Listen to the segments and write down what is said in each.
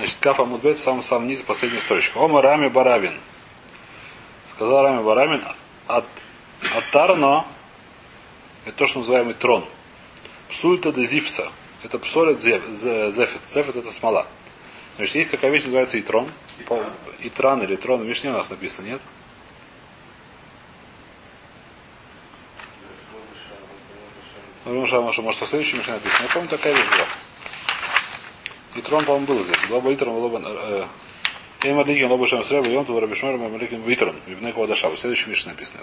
Значит, Каф Амудбет в самом низе, последняя строчка. Ома Рами Баравин. Сказал Рами Баравин, от Тарно, это то, что называемый трон. Псульта де Зипса. Это псолит зефет. Зефет это смола. Значит, есть такая вещь, называется итрон. Итран или трон. В Мишне у нас написано, нет? Может, в следующем Мишне написано. Я помню, такая вещь была. Итрон, по-моему, был здесь. Два итрон, лоба... Я Мадликин, лоба Шамсреба, и он тут Рабишмар, Мадликин, итрон. Вивней Квадашава. В следующем Мишне написано.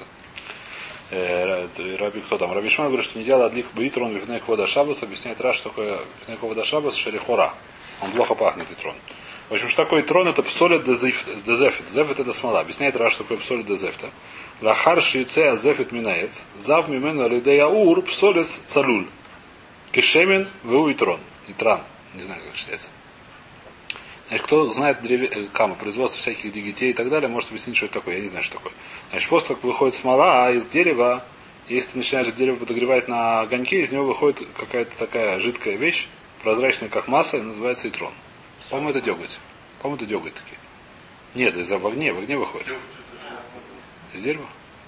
Раби кто там? Рабишмар говорит, что не делал адлик итрон, Вивней Квадашабас. Объясняет раз, что такое Вивней Квадашабас, шерихора. Он плохо пахнет, итрон. В общем, что такое итрон? Это псолит дезефет. Зефет это смола. Объясняет раз, что такое псолит дезефта. Лахар шице азефет минаец. Зав мимену алидея ур псолис цалуль. Кешемен ву итрон. Итран. Не знаю, как читается. Значит, кто знает кама, производство всяких дигитей и так далее, может объяснить, что это такое. Я не знаю, что такое. Значит, после как выходит смола, из дерева, если ты начинаешь дерево подогревать на огоньке, из него выходит какая-то такая жидкая вещь, прозрачная, как масло, и называется итрон. По-моему, это деготь. По-моему, это деготь такие. Нет, из-за в огне выходит. Из дерева?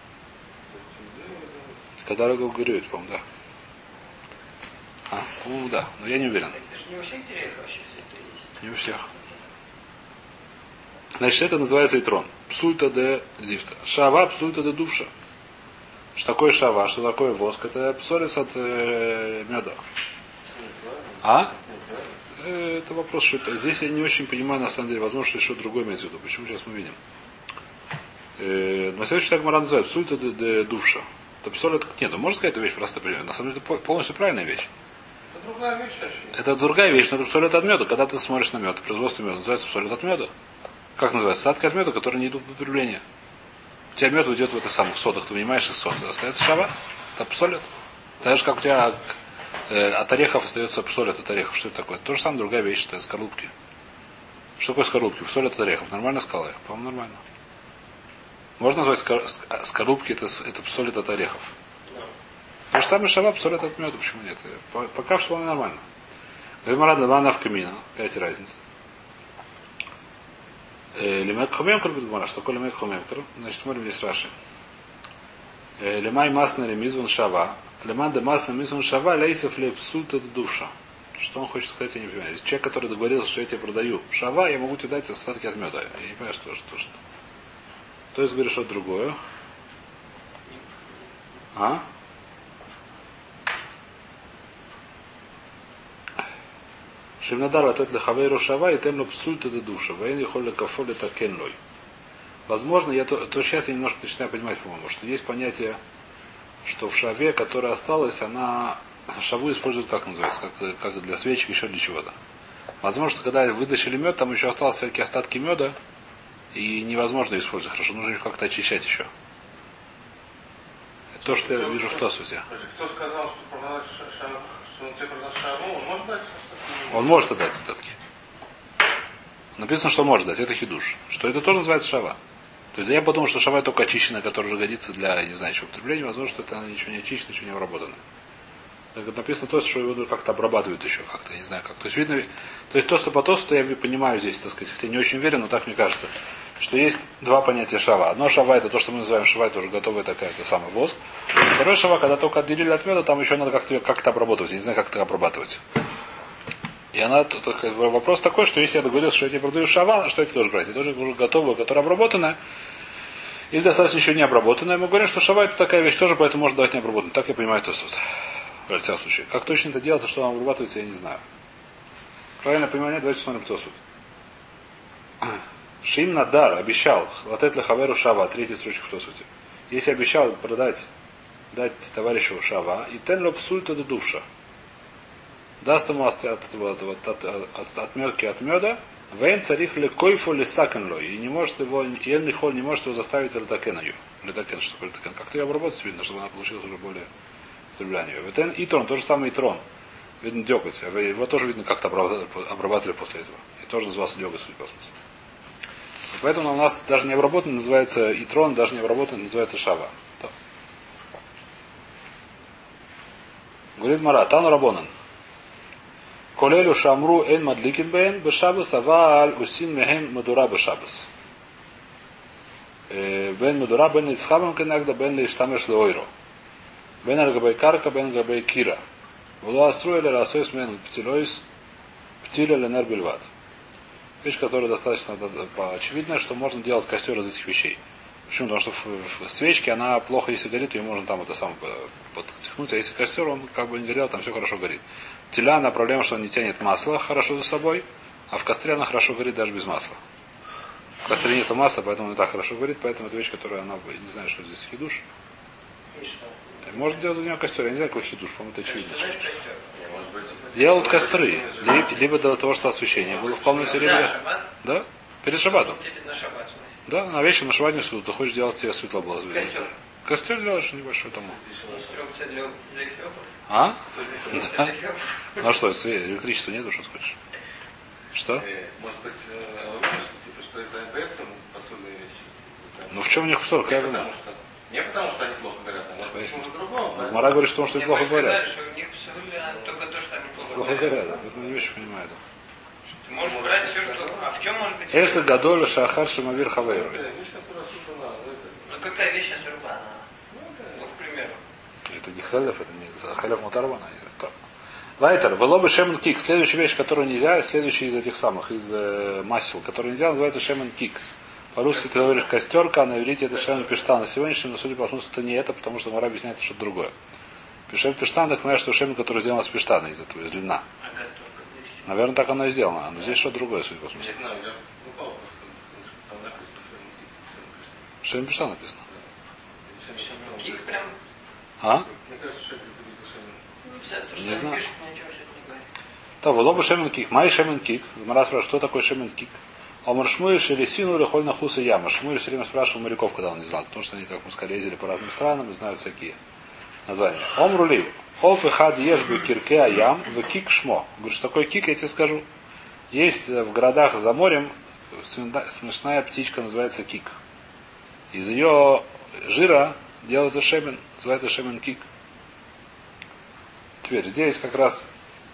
Когда горюет, по-моему, да. По-моему, да. Но я не уверен. Не у всех деревьев вообще все это есть? Не у всех. Значит, это называется итрон. Псульта де зифта. Шава псульта де дувша. Что такое шава? Что такое воск? Это псорис от меда. Это вопрос, что это. Здесь я не очень понимаю, на самом деле. Возможно, что еще другое имеется в виду. Почему сейчас мы видим? На следующий так Маран называют псульта де дувша. Это псолит. Нет, ну можно сказать, эту вещь просто примерно. На самом деле, это полностью правильная вещь. Это другая вещь, но это псолит от меда. Когда ты смотришь на мед, производство меда, называется псолит от меда. Как называется? Остатки от меда, которые не идут в употребление. У тебя мед уйдет в это самых сотах, ты вынимаешь из сот. Остается шава. Это псолит. Так же, как у тебя от орехов остается псолит от орехов. Что это такое? То же самое, другая вещь, это скорлупки. Что такое скорлупки? Псолит от орехов. Нормально сказал я? По-моему, нормально. Можно назвать скорлупки, это псолит от орехов. То же самое шава, псолит от меда. Почему нет? Пока что нормально. Говорит, Марад, в камина. Опять разница. Лемек хомемкар будет говорить, что такое лемек хомемкар. Значит, смотрим здесь Раши. Лемай масна лемизвун шава. Леман де масна лемизвун шава лейсов лепсульта душа. Что он хочет сказать, я не понимаю. Если человек, который договорился, что я тебе продаю шава, я могу тебе дать остатки от меда. Я не понимаю, что. То есть говорит что-то другое. Шимнадар отет лехавейру шава и темло псульта де душа. Воен ехоль лекафо летакенлой. Возможно, то сейчас я немножко начинаю понимать, по-моему, что есть понятие, что в шаве, которая осталась, она шаву используют, как называется, как для свечек, еще для чего-то. Возможно, что когда вытащили мед, там еще осталось всякие остатки меда, и невозможно использовать хорошо. Нужно как-то очищать еще. Это то, что я вижу в Тосуте. Кто сказал, что продавать шаву, что он тебе продаст шаву, он может дать остатки? Он может отдать остатки. Написано, что может дать. Это хидуш. Что это тоже называется шава. То есть я подумал, что шава только очищенная, которая уже годится для, не знаю, чего употребления. Возможно, что это она ничего не очищена, ничего не обработана. Так вот написано то, что его как-то обрабатывают еще как-то, я не знаю как. То есть видно, то есть то, что по тосту я понимаю здесь, так сказать, хотя не очень уверен, но так мне кажется, что есть два понятия шава. Одно шава это то, что мы называем шава, это уже готовая такая, это самый воск. Второе шава, когда только отделили от меда, там еще надо как-то обработать. Я не знаю, как это обрабатывать. И она, вопрос такой, что если я договорился, что я тебе продаю шава, что я тебе должен брать? Я должен уже готовую, которая обработанная, или достаточно еще не обработанная. Мы говорим, что шава это такая вещь тоже, поэтому можно давать необработанную. Так я понимаю то, что в всяком случае. Как точно это делается, что вам обрабатывается, я не знаю. Правильно понимание, давайте смотрим кто суд. Шим Надар обещал латет лехаверу шава, третья строчка в Тосуте. Если обещал продать, дать товарищу шава, и тен лоб сульта до дувша. Даст ему от метки от меда, вен царих ли койфу ли сакенло, и не может его, и он не может его заставить летакеною. Летакен, что такое летакен? Как-то ее обработать видно, чтобы она получилась уже более употреблению. Ветен итрон, то же самое итрон. Видно деготь. Его тоже видно как-то обрабатывали после этого. И тоже назывался деготь, судя по смыслу. Поэтому у нас даже не обработанный называется итрон, даже не обработанный называется шава. То. Говорит Мара, Тану Рабонан. Колелю шамру эн мадликин бен бешабас аваль усин мехен мадура бешабас. Бен мадура бен ицхабам кенагда бен лиштамеш леойро. Бен аргабай карка бен габай кира. Вло аструэля расойс мен птилойс птиля ленер бельват. Вещь, которая достаточно очевидна, что можно делать костер из этих вещей. Почему? Потому что в свечке она плохо, если горит, ее можно там это самое подтихнуть, а если костер, он как бы не горел, там все хорошо горит. Теля, она проблема, что он не тянет масло хорошо за собой, а в костре она хорошо горит даже без масла. В костре нету масла, поэтому он и так хорошо горит, поэтому это вещь, которая она, не знаю, что здесь хидуш. Можно делать за него костер, я не знаю, какой хидуш, по-моему, это очевидно. Делают костры, либо для того, что освещение было в комнате, либо... Да? Перед шаббатом. Да, на вечер на шаббат несут. Ты хочешь делать, тебе светло было. Костер делаешь небольшой тому. А? Да. Ну а что, электричества нету, что ты хочешь? Что? Может быть, типа, что это БЦ посудные вещи? Ну в чем у них ссор? Не потому что они плохо горят, а может быть, по-другому. Мара говорит, что они плохо горят. Что у них только то, что они Плохо горят, да. Это не вещь понимаю. Ты можешь брать все, что... А в чем может быть... Если гадоля шахар шамавир хавейру. Ну какая вещь асурбана? Ну, к примеру. Это не халев, это не халев мутарбана, не знаю. Вайтер, велобы шемен кик. Следующая вещь, которую нельзя, следующая из этих самых, из масел, которую нельзя, называется шемен кик. По-русски, когда говоришь костерка, а на иврите это шемен пештан. На сегодняшнем, но судя по смыслу, это не это, потому что Мара объясняет что-то другое. Шемен пештан, так понимаешь, что шемен, который сделан из пештана, из этого, из льна. Наверное, так оно и сделано. Но здесь что-то другое, судя по смыслу. Шемен пештан написано. А? Не знаю. Так, велобы шемен кик. Май шемен кик. Мара спрашивает, что такое шемен кик? Омар Шмуэль Шелесину или Холь Нахуса Яма. Шмуэль все время спрашивал моряков, когда он не знал, потому что они, как мы сказали, ездили по разным странам и знают всякие названия. Омрули. Оф и хад ешбу кирке аям в кик шмо. Говорит, что такое кик, я тебе скажу. Есть в городах за морем смешная птичка, называется кик. Из ее жира делается шемен, называется шемен кик. Теперь здесь как раз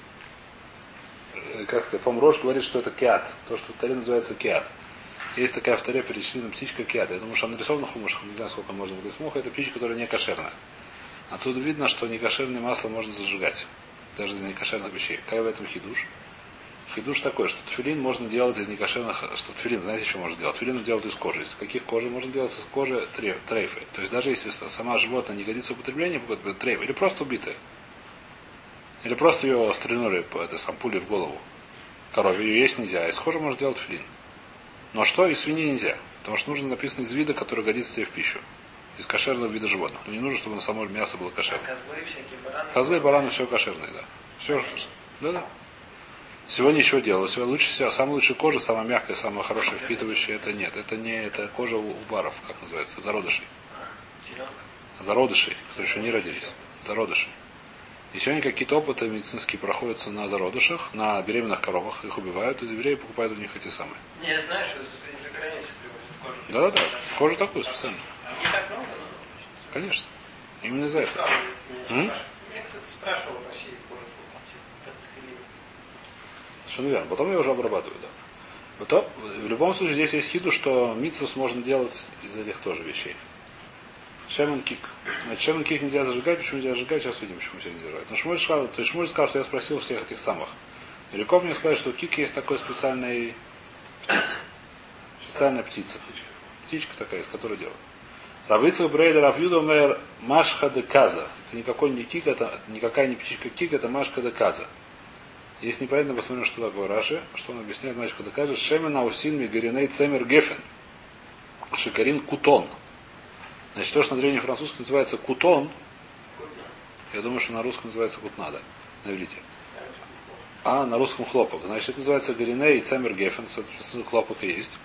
как-то Помрош говорит, что это киат. То, что в Таре называется киат. Есть такая в Таре перечислена птичка киат. Я думаю, что она нарисована в хумушах, не знаю, сколько можно в смоха. Это птичка, которая не кошерная. Отсюда видно, что некошерное масло можно зажигать. Даже из некошерных вещей. Какая в этом хидуш? Хидуш такой, что тфилин можно делать из некошерных... Что тфилин, знаете, что можно делать? Тфилин делают из кожи. Из каких кожи можно делать? Из кожи трейфы. То есть даже если сама животное не годится в употребление, будет трейф. Или просто убитая. Или просто ее стрельнули по этой пулей в голову. Корове ее есть нельзя. А из кожи можно делать филин. Но что? Из свиньи нельзя. Потому что нужно написано из вида, который годится тебе в пищу. Из кошерного вида животных. Но не нужно, чтобы на само мясо было кошерное. Козлы, бараны, все кошерные, да. Все да, да. Сегодня еще делают. Сегодня лучше всего, самая лучшая кожа, самая мягкая, самая хорошая, впитывающая, это нет. Это не это кожа у баров, как называется, зародышей. Зародышей, которые еще не родились. Зародышей. И сегодня какие-то опыты медицинские проходятся на зародышах, на беременных коровах, их убивают, и евреи покупают у них эти самые. Не, я знаю, что из-за границы привозят кожу. Да-да-да, кожу такую специально. А не так много, но... Конечно. Именно из-за этого. Мне кто-то спрашивал в России кожу покупать. Совершенно верно. Потом ее уже обрабатывают, да. Потом, в любом случае, здесь есть хиду, что митсус можно делать из этих тоже вещей. Шемен кик. Значит, шемен кик нельзя зажигать. Почему нельзя зажигать? Сейчас видим, почему нельзя зажигать. Но Шмуль сказал, что я спросил всех этих самых. Великов мне сказали, что у кик есть такой специальный птица. Специальная птица. Птичка такая, из которой делают. Равицах Брейдер Рафьюда мэр Машха де Каза. Это никакой не кик, это никакая не птичка кик, это Машха де Каза. Если непонятно, посмотрим, что такое Раши, что он объясняет Машха де Каза. Шемен аусин мигариней цемер гефен. Шикарин кутон. Значит, то, что на древнем французском называется кутон, я думаю, что на русском называется кутнада. На иврите. А на русском хлопок. Значит, это называется гариней и цемер гефен. Соответственно, хлопок и есть.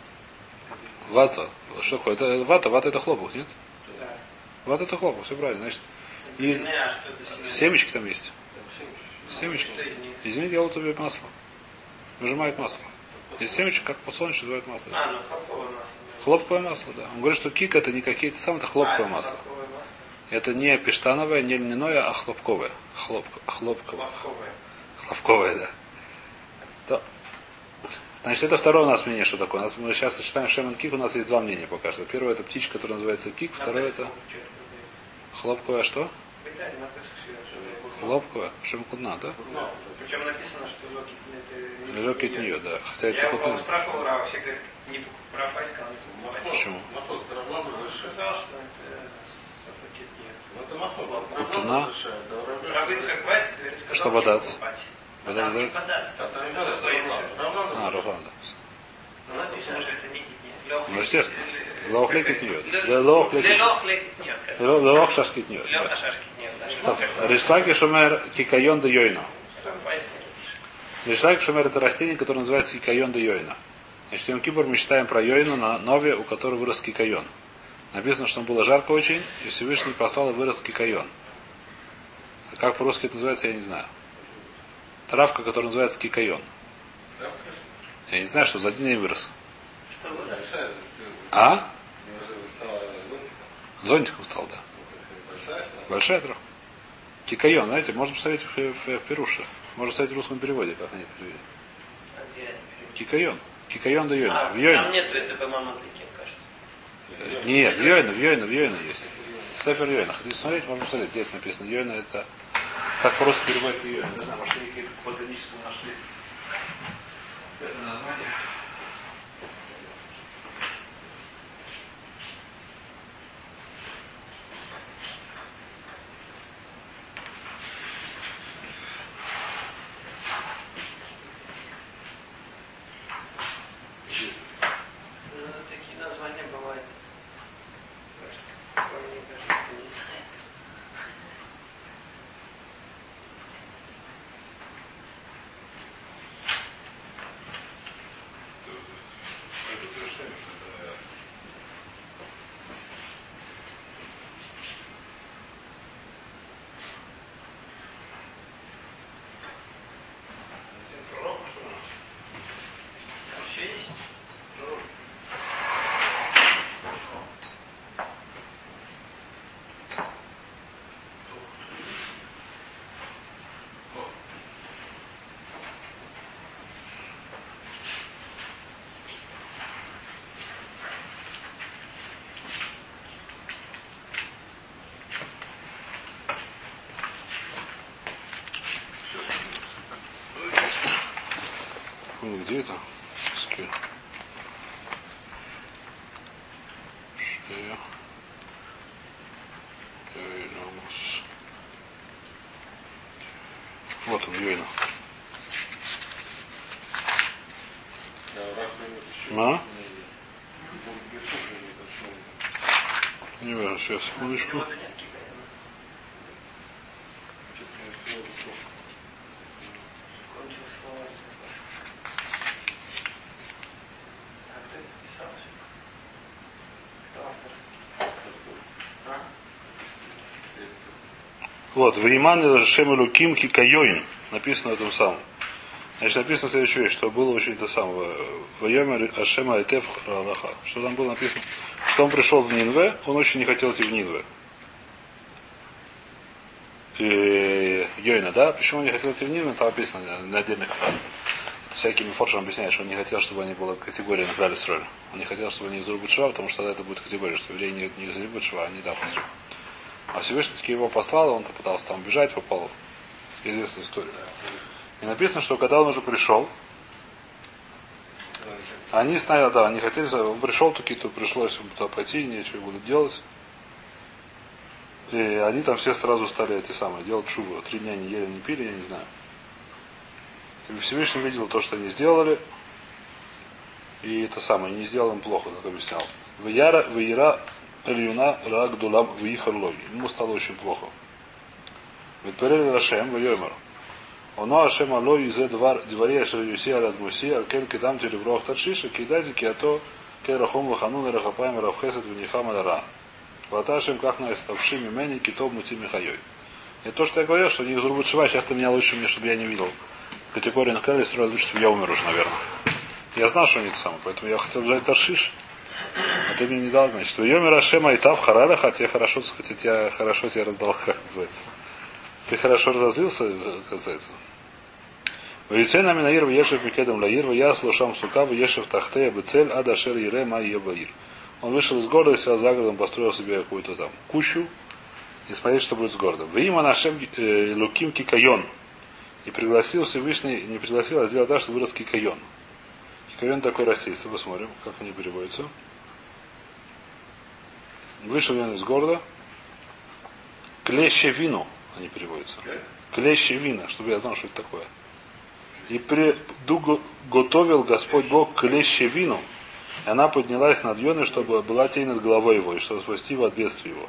Вата. Что такое? Это вата. Вата это хлопок, нет? Вата это хлопок, все правильно. Значит, из... семечки там есть. Семечки. Из них делают тебе масло. Выжимают масло. Из семечек, как подсолнечное, называют масло. А, ну хлопковое масло. Хлопковое масло, да. Он говорит, что кик это не какие-то самые, это хлопковое масло. Это не пештановое, не льняное, а хлопковое. Хлопковое. Хлопковая, да. То. Значит, это второе у нас мнение, что такое. Мы сейчас читаем Шеман Кик, у нас есть два мнения пока что. Первое это птичка, которая называется кик, второе это хлопковая что? Хлопковая? Шемкудна, да? Причем написано, что легкий Легкий от нее, да. Хотя это Я хлопковая. спрашивал Рава, все говорят, не про Фай сказал, не покупать. Почему? Сказал, что это сафакит нет. Кутна. Равыцкак Вайс, говорит, сказал, Что не бодаться? покупать. Бодаться Там не дает? податься. Руфан, да. Но написано, что это не китнет. Ну, естественно. Лох лекит нее. Лох лекит. Лох лекит нет. Лох шашкит нее. Леха шашки нет. Ришлаки шумер кикайон де йойна. Вайс не Ришлаки шумер это растение, которое называется кикайон де йойна. Значит, в Йом Кипур мы читаем про йойну на нове, у которой вырос кикайон. Написано, что было жарко очень, и Всевышний послал и вырос кикайон. А как по-русски это называется, я не знаю. Травка, которая называется кикайон. Я не знаю, что за день вырос. А? Зонтиком стал, да. Большая травка. Кикайон, знаете, можно посмотреть в Перуше. Можно посмотреть в русском переводе, как они перевели. Кикайон. Кикайон да йойна. В йойна. Там нету, это, по-моему, таким, кажется. Нет, в йойна есть. Сефер йойна. Хотите смотреть, можно посмотреть, где это написано. Йойна это как по-русски переводит йойна. Не знаю, может, какие-то ботанические нашли. Это название. Такие названия бывают. Кажется, мне кажется, не знаю. Там еще есть? Ну, где это? Скиль. Шея. Йойнамус. Вот он, Йойна. А? Не важно, сейчас, секундочку. Перевода нет Китая. Кончил слово. А кто это писал? Кто автор? А? Вот, Вейман Шемелу Ким Кикайоин. Написано в этом самом. Значит, написано следующая вещь, что было очень то самое. Вайомер Ашема Айтеф Аллаха. Что там было написано? Что он пришел в Нинве, он очень не хотел идти в Нинве. Йойна, да? Почему он не хотел идти в Нинве? Там написано на отдельных фразах. Всякими форшем объясняет, что он не хотел, чтобы они были категории на Клале Сроль. Он не хотел, чтобы они из Рубутшва, потому что тогда это будет категория, что евреи не из Рубутшва, а не Дахусру. А Всевышний таки его послал, он-то пытался там бежать, попал в известную историю. И написано, что когда он уже пришел, они знали, да, они хотели, он пришел, то пришлось ему туда пойти, нечего будут делать. И они там все сразу стали эти самые, делать шубу. 3 дня не ели, не пили, я не знаю. И Всевышний видел то, что они сделали. И это самое, не сделал им плохо, как объяснял. Вияра Ильюна Рак Дулам Вихарлоги. Ему стало очень плохо. Витперели Рашем Вайомер. Оно Ашем Алой из дворе Шерюси Арадмуси, Аркель Кидам Тереврох Таршиша, Кидайте Киато, Керахом Ваханун Рахапаем Равхесет Венихам Адара. Ваташем как на ставшими мени китов мути Михайой. И то, что я говорил, что не из Рубутшива, сейчас ты меня лучше мне, чтобы я не видел. Категорию наклали, строят лучше, чтобы я умер уже, наверное. Я знал, что они это самое, поэтому я хотел взять Таршиш. А ты мне не дал, значит. Вайомер Ашем Айтав Харараха, тебе хорошо, так сказать, я хорошо тебя раздал, как называется. Ты хорошо разозлился, касается. Вейцена Минаир Ешев Микедом Лаир, Яслу Шам Сука, Ешев Тахтея Бецель, Ада Шер Ере Май Ебаир. Он вышел из города, сел за городом, построил себе какую-то там кущу и смотреть, что будет с городом. Вы им Анашем Луким Кикайон. И пригласил Всевышний, не пригласил, а сделал так, что вырос Кикайон. Кикайон такой растение. Посмотрим, как они переводятся. Вышел он из города. Клещевину они переводятся. Клещевина, чтобы я знал, что это такое. И готовил Господь Бог клещевину, и она поднялась над Йоной, чтобы была тень над головой его, и чтобы спасти его от бедствия его.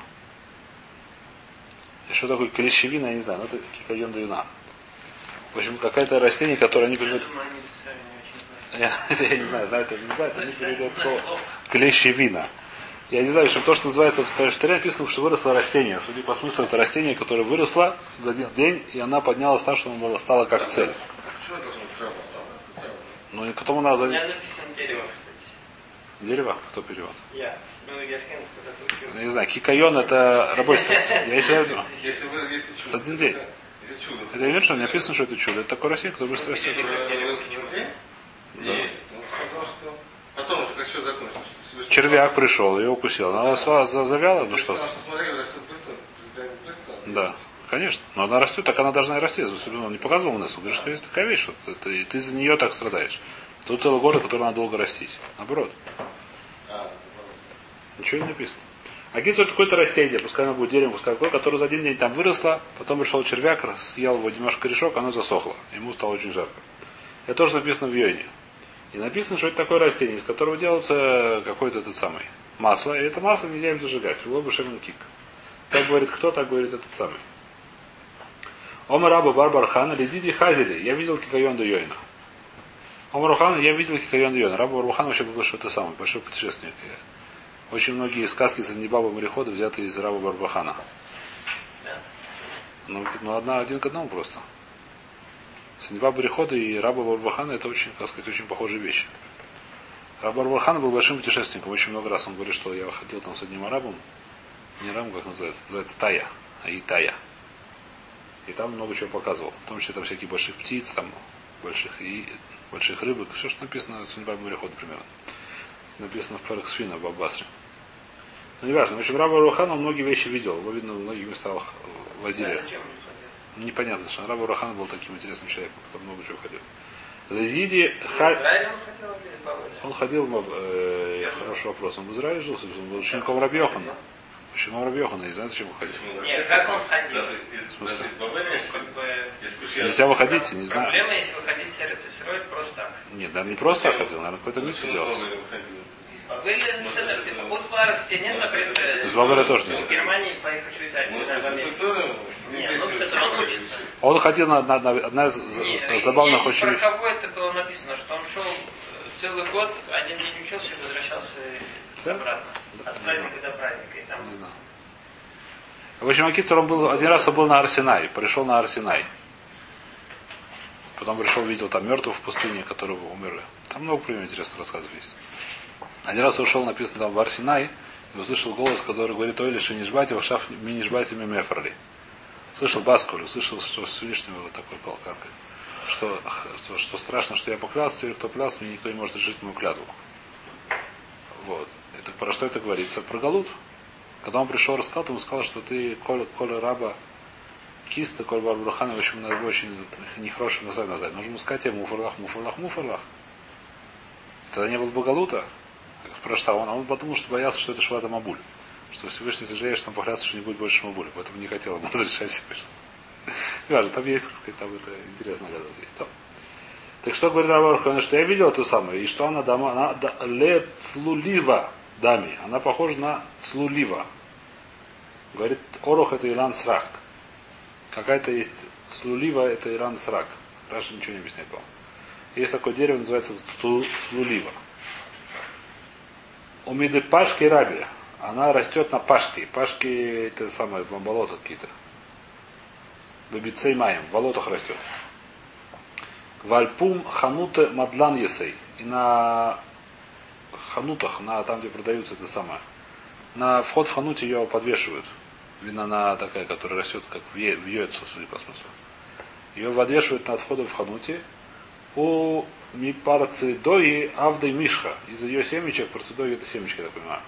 И что такое клещевина, я не знаю, но это кикайон да юна. В общем, какое-то растение, которое они переводят. Я не знаю, знают или не знают, они переводят слово клещевина. Я не знаю, что то, что называется, в Торе написано, что выросло растение. Судя по смыслу, это растение, которое выросло за один день, и она поднялась так, что она стала как цель. Ну и потом она за... У меня написано дерево, кстати. Дерево? Кто перевод? Я. Ну, я с кем кто-то учил. Я не знаю, кикайон это рабочий сенс. Я считаю, с один день. Это я вижу, что не написано, что это чудо. Это такое растение, которое быстро растет. Да. Потом, как все закончилось. Червяк пришел, ее укусил. Она завяла, ну что? Да, конечно. Но она растет, так она должна и расти. Он не показывал нас. Он говорит, что есть такая вещь, что ты за нее так страдаешь. Тут целый город, который надо долго растить. Наоборот. Ничего не написано. А есть только какое-то растение, пускай оно будет деревом, пускай какое, которое за один день там выросло, потом пришел червяк, съел его немножко корешок, оно засохло. Ему стало очень жарко. Это тоже написано в Йоне. И написано, что это такое растение, из которого делается какой-то этот самый масло. И это масло нельзя им зажигать. Лоба шемен кик. Так говорит кто, так говорит этот самый. Омар Раба Барбархана, ледиди хазили. Я видел кикайон до Йойна. Омар Рухана, я видел кикайон до Йойна. Раба Барбархан вообще был что-то самое, большой путешественник. Очень многие сказки Заннибаба морехода взяты из Раба Барбархана. Ну, один к одному просто. Заннибаб морехода и Раба Барбархана это очень, так сказать, очень похожие вещи. Раб Барбархан был большим путешественником. Очень много раз он говорит, что я ходил там с одним арабом. Не арабом, как называется Тая, а Итая. И там много чего показывал. В том числе там всякие больших птиц, там больших рыбок. Все, что написано в Заннибабе морехода примерно. Написано в Парах Свина, в Аббасре. Ну, не важно. В общем, Раб Барбархан он многие вещи видел. Его, видно, в многих местах возили. Непонятно, что Раб Барбархан был таким интересным человеком, кто много чего ходил. Лезиди он ходил, хороший вопрос. Он в Израиле жил, он был учеником Раби Йохана. Учеником Раби Йохана, не знаю, зачем выходил. Нет, как он ходил? В смысле? Нельзя выходить, не знаю. Проблема, если выходить с Эрец Исроэль просто так. Нет, наверное, не просто так ходил, наверное, какой-то митцву делал. Нет запрета. Из Баварии тоже нельзя. В Германии поехать в Швейцарию, в Америку. Нет, ну, кстати, он учится. Он ходил на одна из забавных очень вещей. Про кого это было написано, что он шел целый год, один день учился и возвращался обратно. От праздника до праздника. И там... Не знаю. В общем, Акицер, он был, один раз он был на Арсинай, пришел на Арсинай. Потом пришел, видел там мертвых в пустыне, которые умерли. Там много примеров интересных рассказов есть. Один раз ушел, написано там в Арсинай, и услышал голос, который говорит: «Ой, лишь не жбайте, вашав не жбайте мемефрали». Слышал Баскуль, услышал, что Всевышнего вот такой колкаткой. Что страшно, что я поклялся, теперь кто клялся, мне никто не может решить мою клятву. Вот. Это про что это говорится? Про Галут. Когда он пришел, рассказал, ему сказал, что ты Коля раба киста, Коль Барбархана, в общем, очень нехорошим назвать. Нужно сказать тебе муфарлах. Тогда не было бы Галута. Про что? Он подумал, что боялся, что это Швата Мабуль. Что Всевышний сожалеет, что он поклялся, что не будет больше Мабуля. Поэтому не хотел ему разрешать Всевышний. Важно, там есть, так сказать, там это интересная гадость есть. Там. Так что говорит Рабархан, что я видел то самое, и что она ле цлулива дами. Она похожа на цлулива. Говорит, орох это Илан Срак. Какая-то есть цлулива, это Илан Срак. Раша ничего не объясняет вам. Есть такое дерево, называется цлулива. У Миды Пашки Раби. Она растет на пашке. Пашки это самое, болото какие-то. Бабицей маем. В болотах растет. Вальпум хануте мадлан есей. И на ханутах, там, где продаются это самое. На вход в ханут ее подвешивают. Видно, она такая, которая растет, как вьется, судя по смыслу. Ее подвешивают над входом в хануте. у мипарцидои авдой мишха. Из ее семечек, парцидои это семечки, я так понимаю.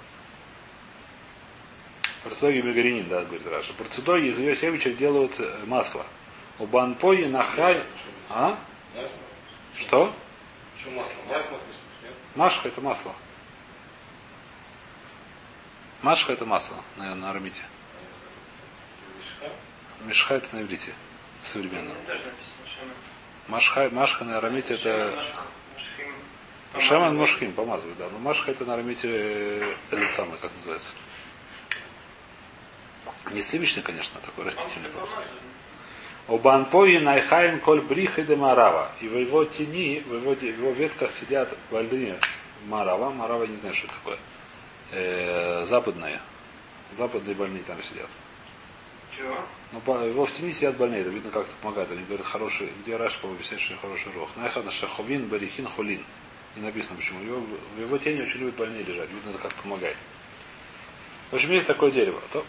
Парцидои мегаринин, да, говорит Раша. Парцидои из ее семечек делают масло. У банпои нахай... А? Что? Почему масло? Масло написано, нет? Машха это масло. Машха это масло на арамите. Мишха это на иврите. Современно. Машха на арамите это... Шеман Мошхим помазывают, да. Но Машха это на арамите этот самый, как называется. Не сливочный, конечно, а такой растительный просто. У банпои найхайн коль брихи де марава. И в его тени, в его ветках сидят больные марава. Марава, не знаю, что это такое. Западные. Западные больные там сидят. Чего? Но его в тени сидят больные. Это видно, как это помогает. Они говорят, хороший, где Рашка объясняет, что хороший рог. Найхана шаховин барихин холин. Не написано почему. В его тени очень любят больные лежать. Видно, это как помогает. В общем, есть такое дерево. То...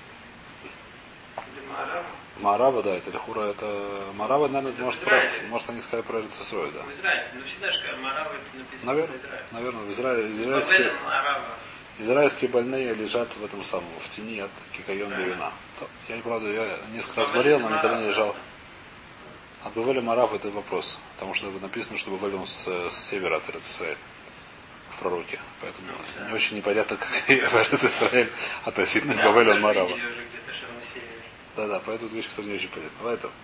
Марава, да, это лихура, это... Марава, наверное, может они сказали про Эрцисрой, да. В Израиле. Ну всегда же Марава это написано наверное, в Израиле. наверное, в Израиле. Израильские больные лежат в этом самом, в тени от Кикайон до Юна. Я, правда, я несколько раз болел, но никогда не лежал. От Бавеля Марав это вопрос. Потому что написано, что Бавель он с севера от Эрцисраэль в пророке. Поэтому не очень непонятно, как Эрцисраэль относительно к Бавелю Марава. Да, поэтому эта вещь, кстати, не очень понятна. Поэтому.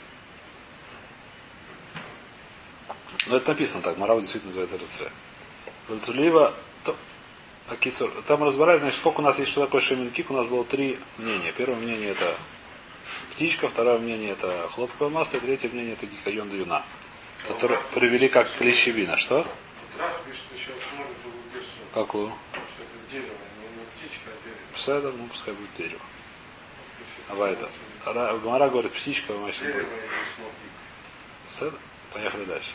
Но это написано так. Марав действительно называется Эрцисраэль. Вальцулива, там разбирать, значит, сколько у нас есть, что такое шеминкик. У нас было 3 мнения. Первое мнение это птичка, второе мнение это хлопковое масло, и третье мнение это гикайон дюна, которые привели как клещевина. Что? Какую? Пседа, ну пускай будет дерево. А это. Гомара говорит птичка, а мастер будет. Пседа? Поехали дальше.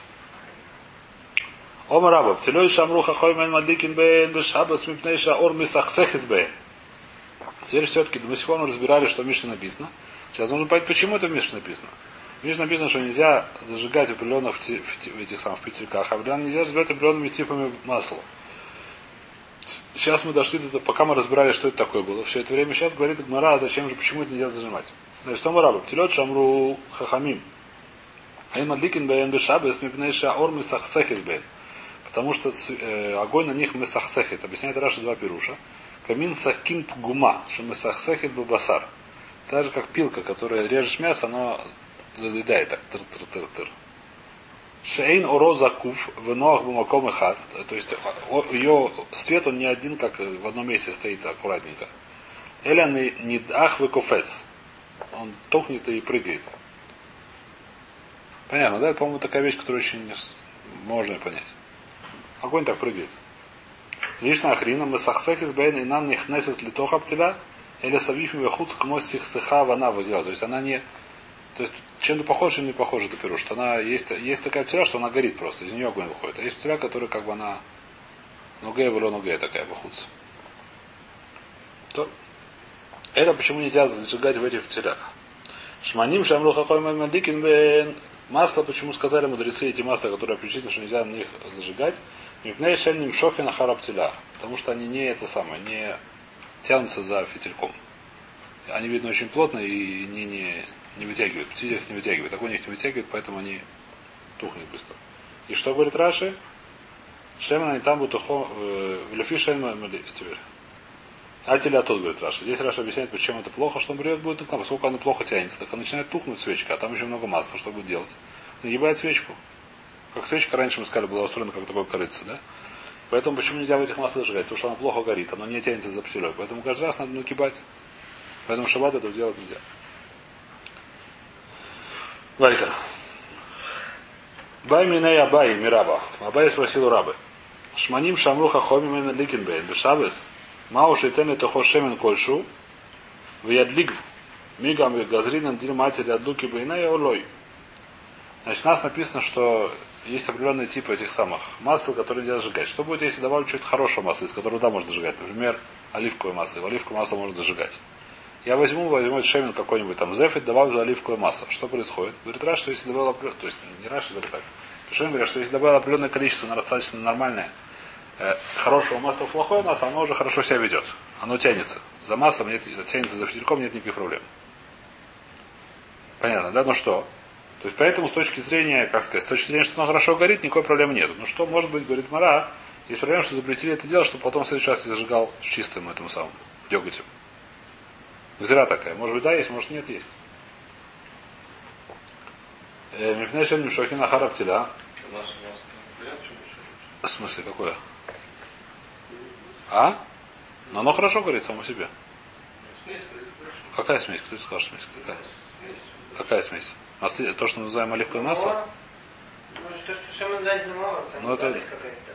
Ома раба, птилой шамруха хоймен мадликин бен бешабас мипнейша ор мисахсехис бен. Теперь все-таки до сих пор мы разбирали, что в Мишне написано. Сейчас нужно понять, почему это в Мишне написано. В Мишне написано, что нельзя зажигать в определенных в этих самых петельках, а нельзя зажигать определенными типами масла. Сейчас мы дошли до того, пока мы разбирали, что это такое было. Все это время сейчас говорит Гмара, зачем же, почему это нельзя зажимать. Значит, Ома раба, птилой шамру хахамим. Айн мадликин бен бешабас мипнейша ор мисахсехис бен. Потому что огонь на них месахсехит. Объясняет Раша 2 пируша. Камин сахкин гума, что месахсехит бубасар. Так же, как пилка, которая режешь мясо, оно заедает так. Тыр-тыр-тыр-тыр. Шейн оро закуф в ноах бумаком и хат. То есть ее свет, он не один, как в одном месте стоит аккуратненько. Эля нидах векофец. Он тухнет и прыгает. Понятно, да? Это, по-моему, такая вещь, которую очень можно понять. Огонь так прыгает. Лишь на охрина мы сахсехис бейн и нам нихнесет литох об тебя, или савиф мехуц к мостих сыха вана выгрела. То есть она не. То есть чем-то похоже, чем не похоже это перу, что она есть такая птица, что она горит просто, из нее огонь выходит. А есть птица, которая как бы она ногая в ногая такая выхуц. То это почему нельзя зажигать в этих птицах. Шманим шамруха хойман мадикин бен. Масло, почему сказали мудрецы эти масла, которые определили, что нельзя на них зажигать, потому что они не это самое, не тянутся за фитильком. Они, видно, очень плотно и не вытягивают. Птицы их не вытягивают. Огонь их не вытягивает, поэтому они тухнут быстро. И что говорит Раши? Шемен они там будут в люфи шемен теперь. Альтиля тот, говорит Раша. Здесь Раша объясняет, почему это плохо, что он берет будет так, поскольку оно плохо тянется, так она начинает тухнуть свечка, а там еще много масла, что будет делать? Нагибает свечку. Как свечка раньше мы сказали, была устроена как такое корыце, да? Поэтому почему нельзя в этих маслах зажигать? Потому что оно плохо горит, оно не тянется за птилей. Поэтому каждый раз надо нагибать. Поэтому в шаббат этого делать нельзя. Вайтер. Бай миней Абай, Мираба. Абай спросил у рабы. Шманим шамруха хомим ликинбейн. Бешабес. Мауш и тен это хошемен кольшу. Виядлиг. Мигам газринан диль матери адлуки бейней олой. Значит, у нас написано, что есть определенные типы этих самых масел, которые нельзя зажигать. Что будет, если добавить что-то хорошее масло, из которого да можно зажигать? Например, оливковое масло. В оливковое масло можно зажигать. Я возьму шемен какой-нибудь там зефит, добавлю оливковое масло. Что происходит? Говорит Раш, что если добавил, то есть не Раш, говорит так. Совершенно говорят, что если добавил определенное количество, оно достаточно нормальное, хорошего масла в плохое масло, оно уже хорошо себя ведет. Оно тянется. За маслом нет, тянется за фитильком, нет никаких проблем. Понятно, да? Ну что? То есть поэтому с точки зрения, как сказать, с точки зрения, что оно хорошо горит, никакой проблемы нет. Ну что, может быть, говорит Мара, есть проблема, что запретили это дело, чтобы потом в следующий раз я зажигал с чистым этим самым деготем. Зря такая. Может быть, да, есть, может, нет, есть. Мипнешен Мишохина Хараптиля. В смысле, какое? А? Но оно хорошо говорит само себе. Какая смесь? Кто сказал, что смесь? Какая? Какая смесь? То, что мы называем оливковое масло? То, что шаманзань намало, там ну, это... какая-то,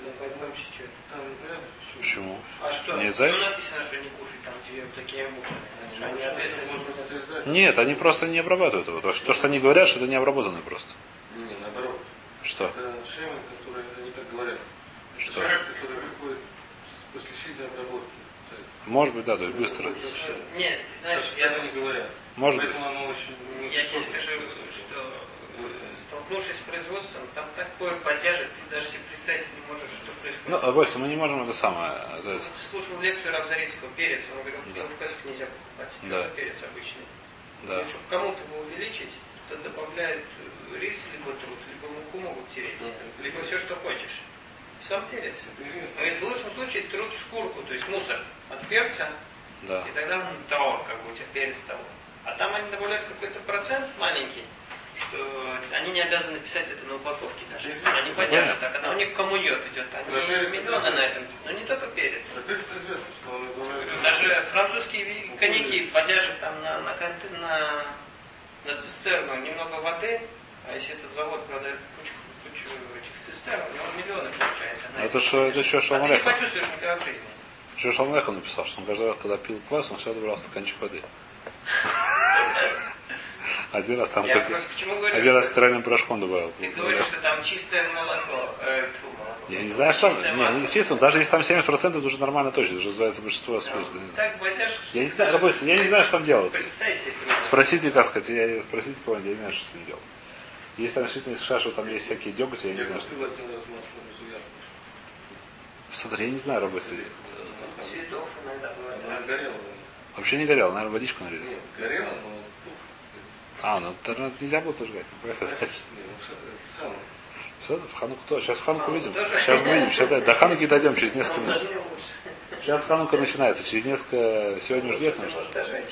Почему? А что? Не написано, что не кушать, там тебе такие муки. Они ответственны. Нет, они просто не обрабатывают его. То, что они говорят, что это не обработанное просто. Не, наоборот. Что? Это шемы, которые они так говорят. Что? Которые выходят после сильной обработки. Может быть, да, то есть быстро. Нет, ты знаешь, я не говорят. Может быть. Я тебе скажу, что столкнувшись с производством, там такое поддержит, ты даже себе представить не можешь, что происходит. Ну, Бойся, мы не можем это самое. Слушал лекцию Равзарицкого, перец, он говорил, что в Кэске нельзя покупать. Да. Перец обычный. Да. И чтобы кому-то его увеличить, то добавляют рис, либо труд, либо муку могут тереть, либо все, что хочешь. Сам перец. Говорит, в лучшем случае труд шкурку, то есть мусор от перца, да. И тогда он таор, как бы у тебя перец того. А там они добавляют какой-то процент маленький, что они не обязаны писать это на упаковке даже. Они поддержат, а когда у них коммуниот идет, они миллионы на этом. Но не только перец. Даже французские коньяки поддержат там на цистерну немного воды, а если этот завод продает кучу этих цистерн, у него миллионы получается. Это еще Шалмалеха. Ты не почувствуешь никогда в жизни. Еще Шалмалеха написал, что он каждый раз, когда пил квас, он всегда добавлял стаканчик воды. Один раз там один раз стиральным порошком добавил. Ты говоришь, что там чистое молоко. Я не знаю, что. Не, естественно, даже если там 70%, это уже нормально точно, это уже называется большинство свойств. Я не знаю, допустим, я не знаю, что там делают. Спросите, как сказать, спросите кого-нибудь, я не знаю, что с ним делать. Если там действительно шашу, там есть всякие деготи, я не знаю, что делать. Смотри, я не знаю, работать. Цветов иногда бывает. Вообще не горел, наверное, водичку налили. Нет, горело, но ну тогда нельзя было зажигать. Поехали дальше. Все, в Хануку тоже. Сейчас в Хануку видим. Сейчас мы видим. Сейчас, до Хануки дойдем через несколько минут. Сейчас Ханука начинается. Через несколько... Сегодня уже нет, наверное.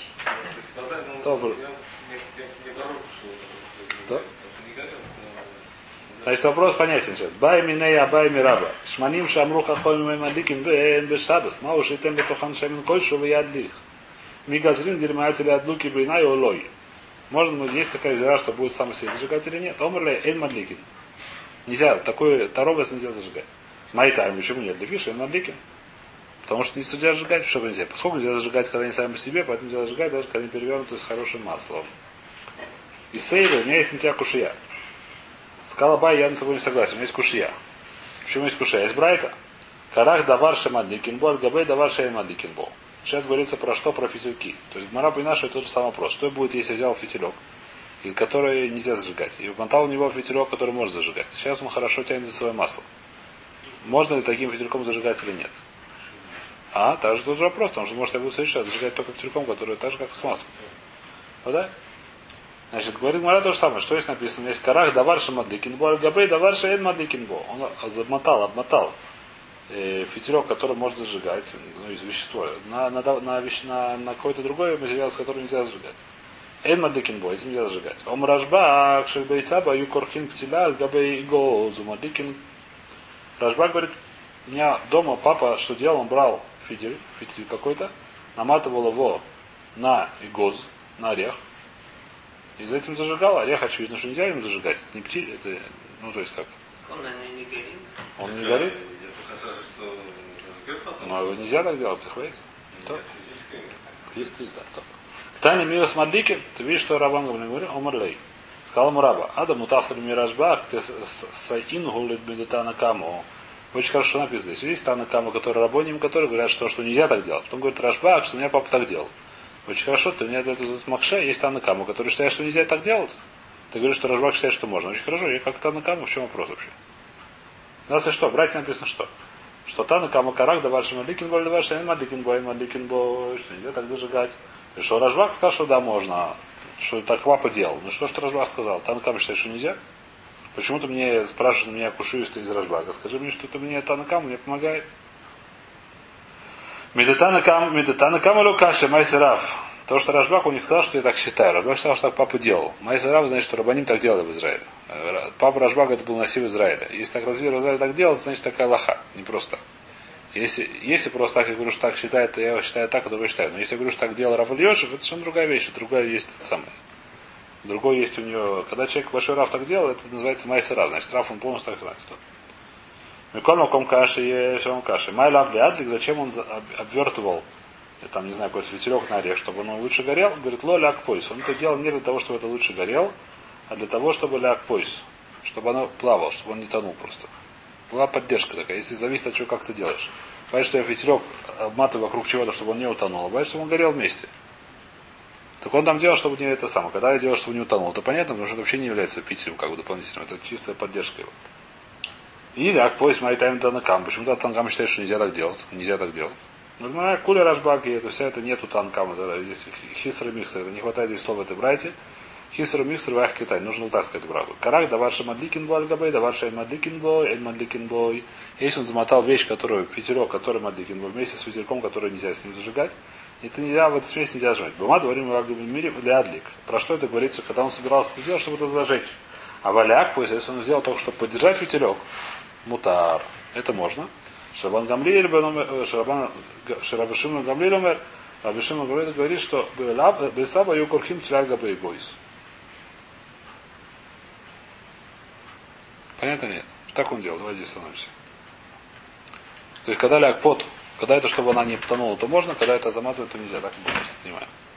Да? Значит, вопрос понятен сейчас. Бай минея, бай мираба. Шманим шамруха хойм мадикин бен бешабас. Мау шитем бетохан шамин кольшу виядлих. Мигазрин дерьмаятели адлуки бейна и олой. Можно, есть такая зира, что будет сам себе зажигать или нет. Омрле эль мадликин. Нельзя, такой таробец нельзя зажигать. Майтайм, почему нет? Лефиш эль мадликин. Потому что не нельзя зажигать, что нельзя. Поскольку нельзя зажигать, когда они сами по себе, поэтому нельзя зажигать, даже когда они перевернуты с хорошим маслом. И сейвы, у меня есть на тебя кушия. Сказал Абай, я на собой не согласен. У меня есть кушия. Почему есть кушия? Есть брайта. Карах давар шемадликин бол, габей давар шемадликин бол. Сейчас говорится про что? Про фитильки. То есть Гмара Бейнаша тот же самый вопрос. Что будет, если я взял фитилек, который нельзя зажигать, и вмотал у него фитилек, который может зажигать. Сейчас он хорошо тянет за свое масло. Можно ли таким фитильком зажигать или нет? Также тот же вопрос, потому что может я буду следующий раз зажигать только фитильком, который так же, как с маслом. Да? Значит, говорит Гмара то же самое. Что здесь написано? Есть карах давар шемадликин бо, габей давар шеэн мадликин бо. Он обмотал фитилек, который может зажигать, из вещества, на какой-то другой материал, с которым нельзя зажигать. Эн мадликин бо, этим нельзя зажигать. Ом Рашба, кшельбейсаба, юкорхин птиля, габей гозу мадликин. Рашба говорит, у меня дома папа что делал, он брал фитиль какой-то, наматывал его на игоз, на орех, и за этим зажигал. Орех, очевидно, что нельзя им зажигать. Это не птиль, это, то есть как? Он не горит. Он не горит? Но его нельзя так делать, ты хватит? Таня мира смадликин, ты видишь, что Рабан говорит, омрлей. Сказал ему Раба, Адам мутавсаль миражба, ты саин гулит бедетана камо. Очень хорошо написано здесь. Есть Танакама, который рабоним, которые говорят, что нельзя так делать. Потом говорит Рашба, что у меня папа так делал. Очень хорошо, ты у меня это Макше, есть Танакама, который считает, что нельзя так делать. Ты говоришь, что Рашбак считает, что можно. Очень хорошо. Я как Тана Кама, в чем вопрос вообще? У нас и что? Братья написано что? Что Тана Кама Карак, давай Мадликин Бой, давай Мадликин Бой, что нельзя так зажигать. И что Рашбак сказал, что да, можно. Что так папа делал. Ну что Рашбак сказал? Тана Кама считает, что нельзя? Почему ты мне спрашиваешь меня кушуиста из Рашбака? Скажи мне, что ты мне Тана Кама мне помогает. Медитана Кама Лукаши, Майсераф. То, что Рашбак, он не сказал, что я так считаю. Рашбак сказал, что так папа делал. Майсераф, значит, что Рабаним так делали в Израиле. Папа Рашбака это был насив Израиля. Если так развили в Израиле так делать, значит такая лоха. Не просто так. Если просто так я говорю, что так считает, то я считаю так, а другой считаю. Но если я говорю, что так делал Рав Ильёшев, это совершенно другая вещь. Другая есть это самое. Другой есть у него. Когда человек большой Рав так делал, это называется Майсераф. Значит, Рав он полностью так знает. Микольмаком каши и шалом каши. Майлав для адлик, зачем он обвертывал, там, не знаю, какой-то ветерок на орех, чтобы он лучше горел? Говорит, ло ляг пояс. Он это делал не для того, чтобы это лучше горел, а для того, чтобы ляг пояс. Чтобы оно плавало, чтобы он не тонул просто. Была поддержка такая. Если зависит от чего, как ты делаешь. Понимаешь, что я ветерок обматываю вокруг чего-то, чтобы он не утонул. А понимаешь, чтобы он горел вместе. Так он там делал, чтобы не это самое. Когда я делал, чтобы не утонул, то понятно, потому что это вообще не является питерем, как бы дополнительным. Это чистая поддержка его. И ляг пояс мои тайм Танакам. Почему-то Танакам считает, что нельзя так делать. Нельзя так делать. Ну, куля Рашбаки, это вся это нету Танакам. Здесь хисра миксер. Это не хватает здесь слова этой братья. Хисра миксер вах китай. Нужно вот так сказать брату. Карак даварша мадликин бой альгабей, даварша мадликин бой, эль мадликин бой. Если он замотал вещь, которую, ветерок, который мадликин бой, вместе с ветерком, который нельзя с ним зажигать, это нельзя, в этой смеси нельзя зажигать. Бума говорим в мире для адлик. Про что это говорится, когда он собирался это сделать, чтобы это зажечь. А валяк, пояс, если он сделал только, чтобы поддержать ветерок, мутар. Это можно. Шабан Гамлиэль, Шарабашим Гамлиэль умер. Рабишим Гамлиэль говорит, что Бесаба Юкурхим Тляга Бейбойс. Понятно нет? Так он делал. Давай здесь становимся. То есть, когда ляг пот, когда это, чтобы она не потонула, то можно, когда это замазывает, то нельзя. Так мы просто понимаем.